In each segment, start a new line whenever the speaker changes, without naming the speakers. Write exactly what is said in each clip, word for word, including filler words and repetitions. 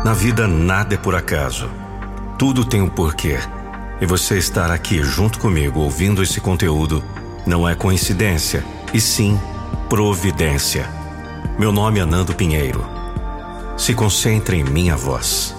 Na vida nada é por acaso. Tudo tem um porquê. E você estar aqui junto comigo ouvindo esse conteúdo não é coincidência, e sim providência. Meu nome é Nando Pinheiro. Se concentre em minha voz.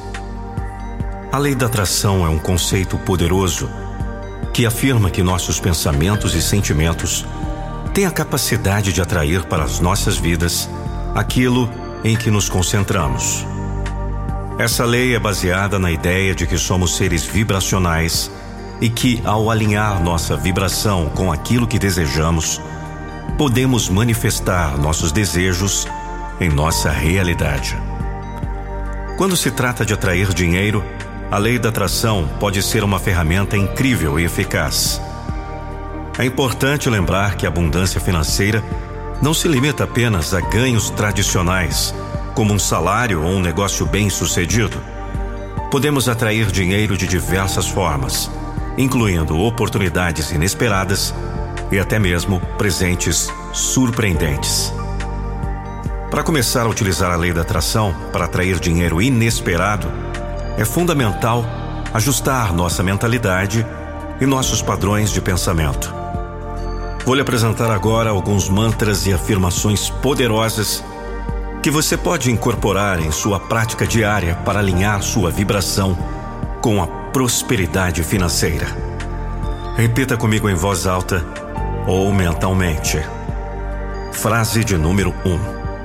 A lei da atração é um conceito poderoso que afirma que nossos pensamentos e sentimentos têm a capacidade de atrair para as nossas vidas aquilo em que nos concentramos. Essa lei é baseada na ideia de que somos seres vibracionais e que, ao alinhar nossa vibração com aquilo que desejamos, podemos manifestar nossos desejos em nossa realidade. Quando se trata de atrair dinheiro, a lei da atração pode ser uma ferramenta incrível e eficaz. É importante lembrar que a abundância financeira não se limita apenas a ganhos tradicionais, como um salário ou um negócio bem-sucedido. Podemos atrair dinheiro de diversas formas, incluindo oportunidades inesperadas e até mesmo presentes surpreendentes. Para começar a utilizar a lei da atração para atrair dinheiro inesperado, é fundamental ajustar nossa mentalidade e nossos padrões de pensamento. Vou lhe apresentar agora alguns mantras e afirmações poderosas que você pode incorporar em sua prática diária para alinhar sua vibração com a prosperidade financeira. Repita comigo em voz alta ou mentalmente. Frase de número um.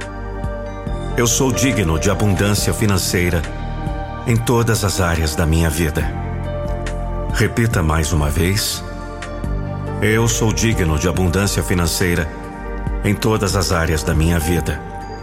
Eu sou digno de abundância financeira em todas as áreas da minha vida. Repita mais uma vez. Eu sou digno de abundância financeira em todas as áreas da minha vida.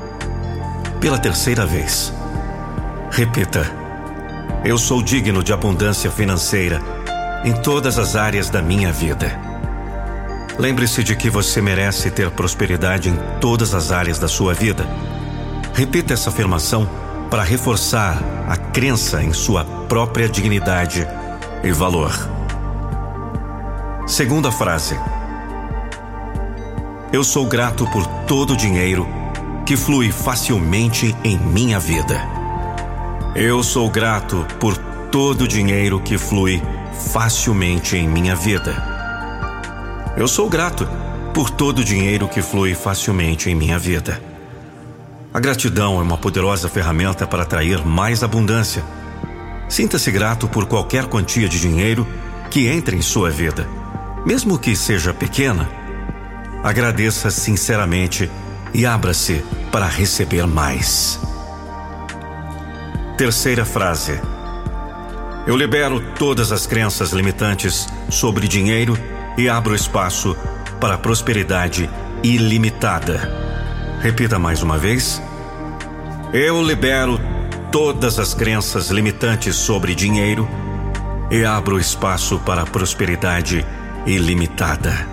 Pela terceira vez. Repita. Eu sou digno de abundância financeira em todas as áreas da minha vida. Lembre-se de que você merece ter prosperidade em todas as áreas da sua vida. Repita essa afirmação para reforçar a crença em sua própria dignidade e valor. Segunda frase. Eu sou grato por todo o dinheiro que flui facilmente em minha vida. Eu sou grato por todo o dinheiro que flui facilmente em minha vida. Eu sou grato por todo o dinheiro que flui facilmente em minha vida. A gratidão é uma poderosa ferramenta para atrair mais abundância. Sinta-se grato por qualquer quantia de dinheiro que entre em sua vida, mesmo que seja pequena. Agradeça sinceramente e abra-se para receber mais. Terceira frase. Eu libero todas as crenças limitantes sobre dinheiro e abro espaço para a prosperidade ilimitada. Repita mais uma vez. Eu libero todas as crenças limitantes sobre dinheiro e abro espaço para a prosperidade ilimitada.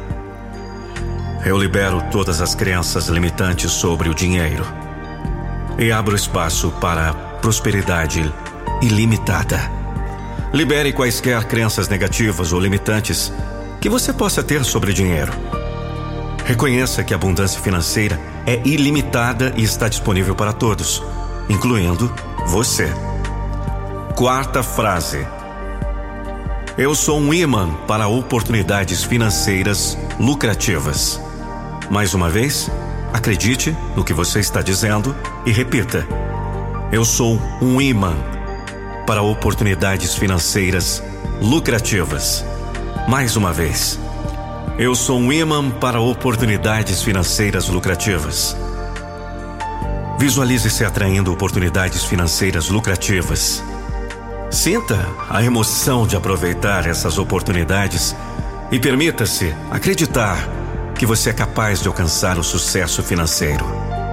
Eu libero todas as crenças limitantes sobre o dinheiro e abro espaço para a prosperidade ilimitada. Libere quaisquer crenças negativas ou limitantes que você possa ter sobre dinheiro. Reconheça que a abundância financeira é ilimitada e está disponível para todos, incluindo você. Quarta frase. Eu sou um imã para oportunidades financeiras lucrativas. Mais uma vez, acredite no que você está dizendo e repita. Eu sou um imã para oportunidades financeiras lucrativas. Mais uma vez. Eu sou um imã para oportunidades financeiras lucrativas. Visualize-se atraindo oportunidades financeiras lucrativas. Sinta a emoção de aproveitar essas oportunidades e permita-se acreditar que você é capaz de alcançar o sucesso financeiro.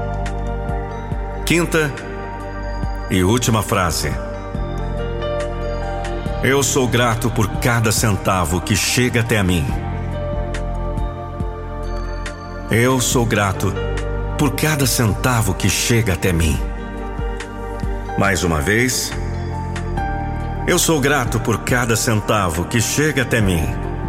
Quinta e última frase. Eu sou grato por cada centavo que chega até mim. Eu sou grato por cada centavo que chega até mim. Mais uma vez. Eu sou grato por cada centavo que chega até mim.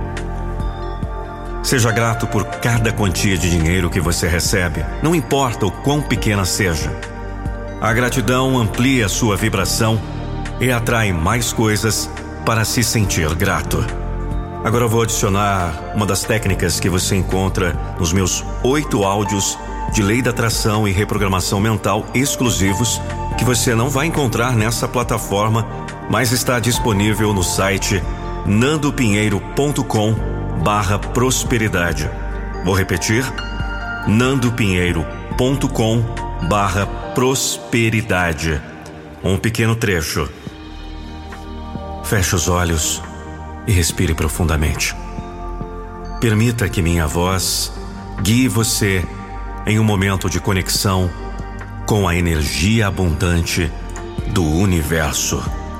Seja grato por cada quantia de dinheiro que você recebe, não importa o quão pequena seja. A gratidão amplia sua vibração e atrai mais coisas para se sentir grato. Agora eu vou adicionar uma das técnicas que você encontra nos meus oito áudios de lei da atração e reprogramação mental exclusivos, que você não vai encontrar nessa plataforma, mas está disponível no site nandopinheiro ponto com barra prosperidade. Vou repetir, nandopinheiro ponto com barra prosperidade. Um pequeno trecho. Feche os olhos e respire profundamente. Permita que minha voz guie você em um momento de conexão com a energia abundante do universo.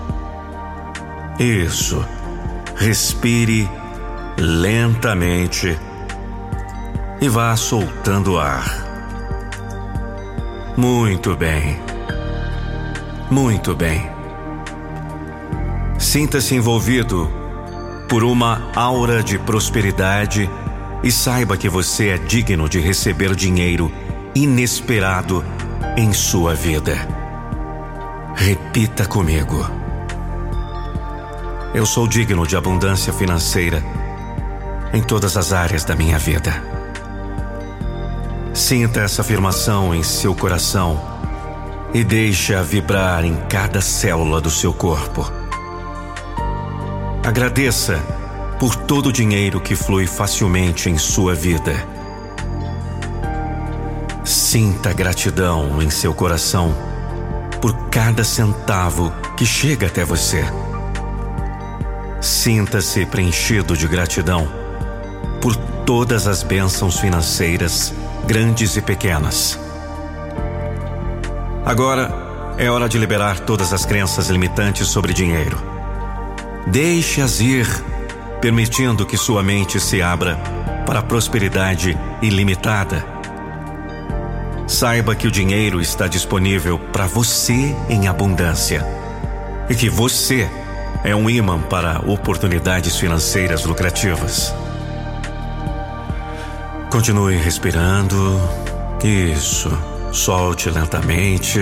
Isso. Respire lentamente e vá soltando ar. Muito bem. Muito bem. Sinta-se envolvido por uma aura de prosperidade e saiba que você é digno de receber dinheiro inesperado em sua vida. Repita comigo. Eu sou digno de abundância financeira em todas as áreas da minha vida. Sinta essa afirmação em seu coração e deixe-a vibrar em cada célula do seu corpo. Agradeça por todo o dinheiro que flui facilmente em sua vida. Sinta gratidão em seu coração por cada centavo que chega até você. Sinta-se preenchido de gratidão por todas as bênçãos financeiras, grandes e pequenas. Agora é hora de liberar todas as crenças limitantes sobre dinheiro. Deixe-as ir, permitindo que sua mente se abra para a prosperidade ilimitada. Saiba que o dinheiro está disponível para você em abundância e que você é um imã para oportunidades financeiras lucrativas. Continue respirando. Isso. Solte lentamente.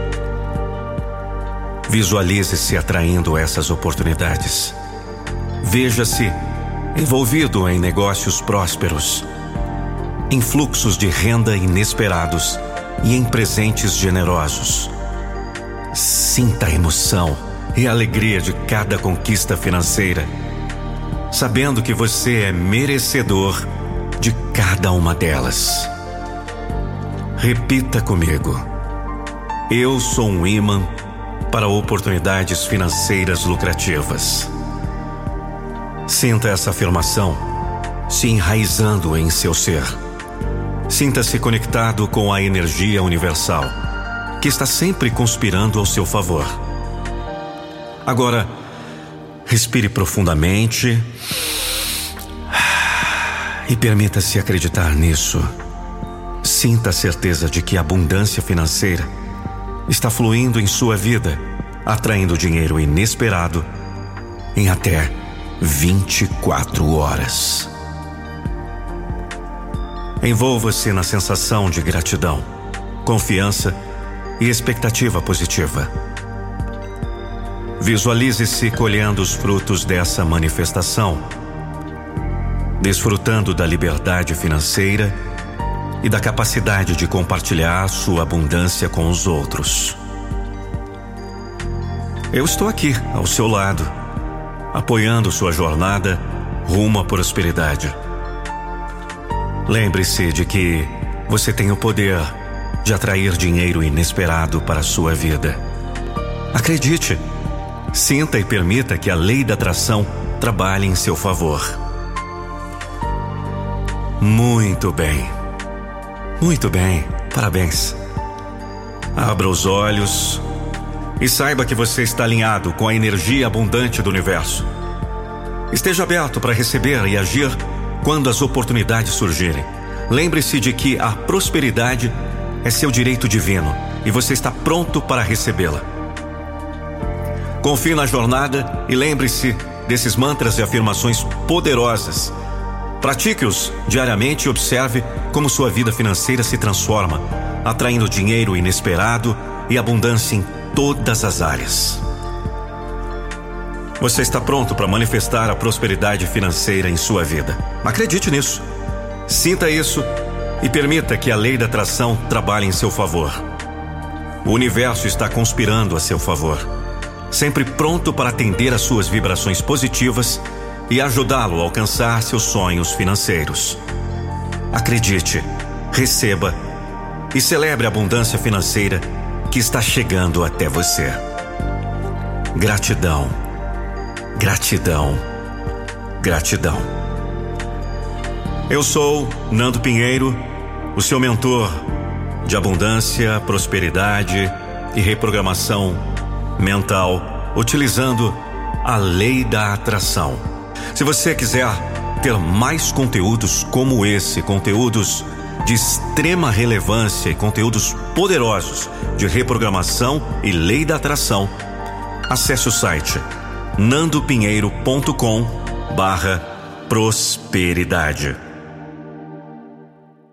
Visualize-se atraindo essas oportunidades. Veja-se envolvido em negócios prósperos, em fluxos de renda inesperados e em presentes generosos. Sinta a emoção e a alegria de cada conquista financeira, sabendo que você é merecedor de cada uma delas. Repita comigo. Eu sou um imã para oportunidades financeiras lucrativas. Sinta essa afirmação se enraizando em seu ser. Sinta-se conectado com a energia universal, que está sempre conspirando ao seu favor. Agora, respire profundamente e permita-se acreditar nisso. Sinta a certeza de que a abundância financeira está fluindo em sua vida, atraindo dinheiro inesperado em até vinte e quatro horas. Envolva-se na sensação de gratidão, confiança e expectativa positiva. Visualize-se colhendo os frutos dessa manifestação, desfrutando da liberdade financeira e da capacidade de compartilhar sua abundância com os outros. Eu estou aqui, ao seu lado, apoiando sua jornada rumo à prosperidade. Lembre-se de que você tem o poder de atrair dinheiro inesperado para a sua vida. Acredite, sinta e permita que a lei da atração trabalhe em seu favor. Muito bem. Muito bem, parabéns. Abra os olhos e saiba que você está alinhado com a energia abundante do universo. Esteja aberto para receber e agir quando as oportunidades surgirem. Lembre-se de que a prosperidade é seu direito divino e você está pronto para recebê-la. Confie na jornada e lembre-se desses mantras e afirmações poderosas. Pratique-os diariamente e observe como sua vida financeira se transforma, atraindo dinheiro inesperado e abundância em todas as áreas. Você está pronto para manifestar a prosperidade financeira em sua vida. Acredite nisso. Sinta isso e permita que a lei da atração trabalhe em seu favor. O universo está conspirando a seu favor, sempre pronto para atender às suas vibrações positivas e ajudá-lo a alcançar seus sonhos financeiros. Acredite, receba e celebre a abundância financeira que está chegando até você. Gratidão, gratidão, gratidão. Eu sou Nando Pinheiro, o seu mentor de abundância, prosperidade e reprogramação mental, utilizando a lei da atração. Se você quiser ter mais conteúdos como esse, conteúdos de extrema relevância e conteúdos poderosos de reprogramação e lei da atração, acesse o site nando pinheiro ponto com barra prosperidade.